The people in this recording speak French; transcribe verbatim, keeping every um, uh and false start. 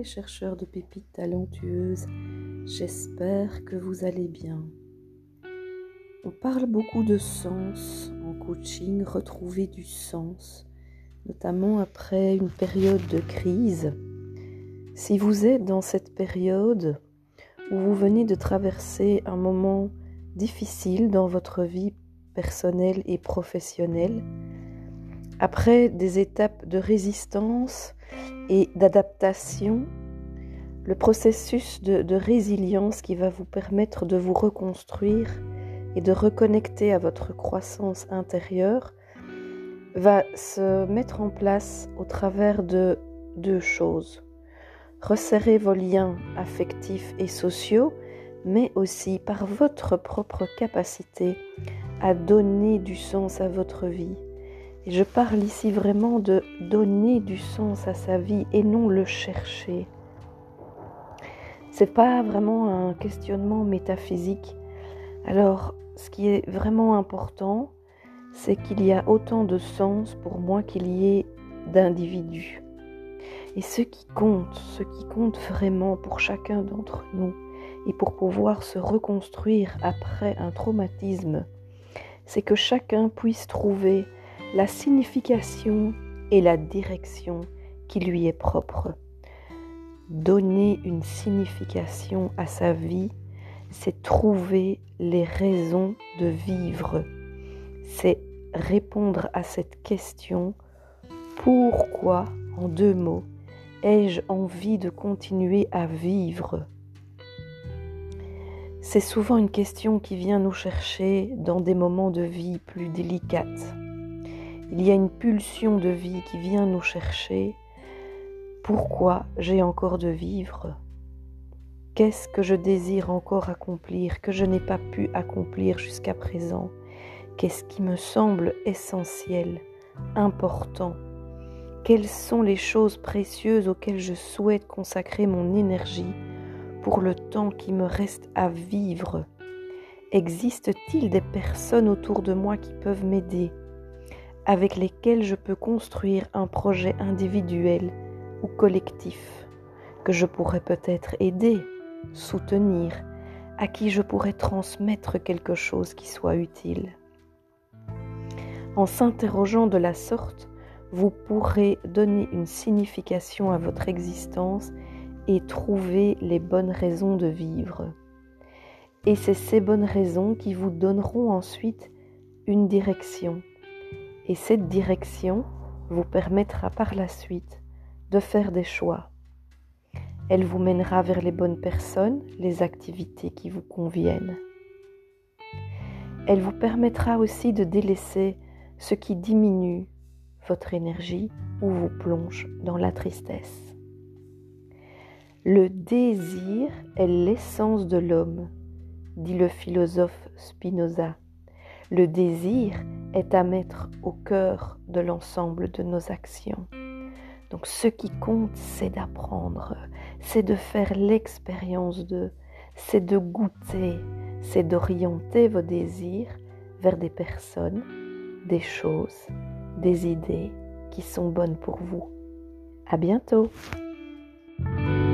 chercheurs de pépites talentueuses, j'espère que vous allez bien. On parle beaucoup de sens en coaching, retrouver du sens, notamment après une période de crise. Si vous êtes dans cette période où vous venez de traverser un moment difficile dans votre vie personnelle et professionnelle, après des étapes de résistance et d'adaptation, le processus de, de résilience qui va vous permettre de vous reconstruire et de reconnecter à votre croissance intérieure va se mettre en place au travers de deux choses. Resserrer vos liens affectifs et sociaux, mais aussi par votre propre capacité à donner du sens à votre vie. Et je parle ici vraiment de donner du sens à sa vie et non le chercher. C'est pas vraiment un questionnement métaphysique. Alors, ce qui est vraiment important, c'est qu'il y a autant de sens pour moi qu'il y ait d'individus. Et ce qui compte, ce qui compte vraiment pour chacun d'entre nous et pour pouvoir se reconstruire après un traumatisme, c'est que chacun puisse trouver la signification et la direction qui lui est propre. Donner une signification à sa vie, c'est trouver les raisons de vivre. C'est répondre à cette question « Pourquoi ?» en deux mots, ai-je envie de continuer à vivre ? C'est souvent une question qui vient nous chercher dans des moments de vie plus délicates. Il y a une pulsion de vie qui vient nous chercher. Pourquoi j'ai encore de vivre ? Qu'est-ce que je désire encore accomplir, que je n'ai pas pu accomplir jusqu'à présent ? Qu'est-ce qui me semble essentiel, important ? Quelles sont les choses précieuses auxquelles je souhaite consacrer mon énergie pour le temps qui me reste à vivre ? Existe-t-il des personnes autour de moi qui peuvent m'aider, avec lesquelles je peux construire un projet individuel ou collectif, que je pourrais peut-être aider, soutenir, à qui je pourrais transmettre quelque chose qui soit utile. En s'interrogeant de la sorte, vous pourrez donner une signification à votre existence et trouver les bonnes raisons de vivre. Et c'est ces bonnes raisons qui vous donneront ensuite une direction. Et cette direction vous permettra par la suite de faire des choix. Elle vous mènera vers les bonnes personnes, les activités qui vous conviennent. Elle vous permettra aussi de délaisser ce qui diminue votre énergie ou vous plonge dans la tristesse. Le désir est l'essence de l'homme, dit le philosophe Spinoza. Le désir est à mettre au cœur de l'ensemble de nos actions. Donc ce qui compte, c'est d'apprendre, c'est de faire l'expérience de, c'est de goûter, c'est d'orienter vos désirs vers des personnes, des choses, des idées qui sont bonnes pour vous. À bientôt!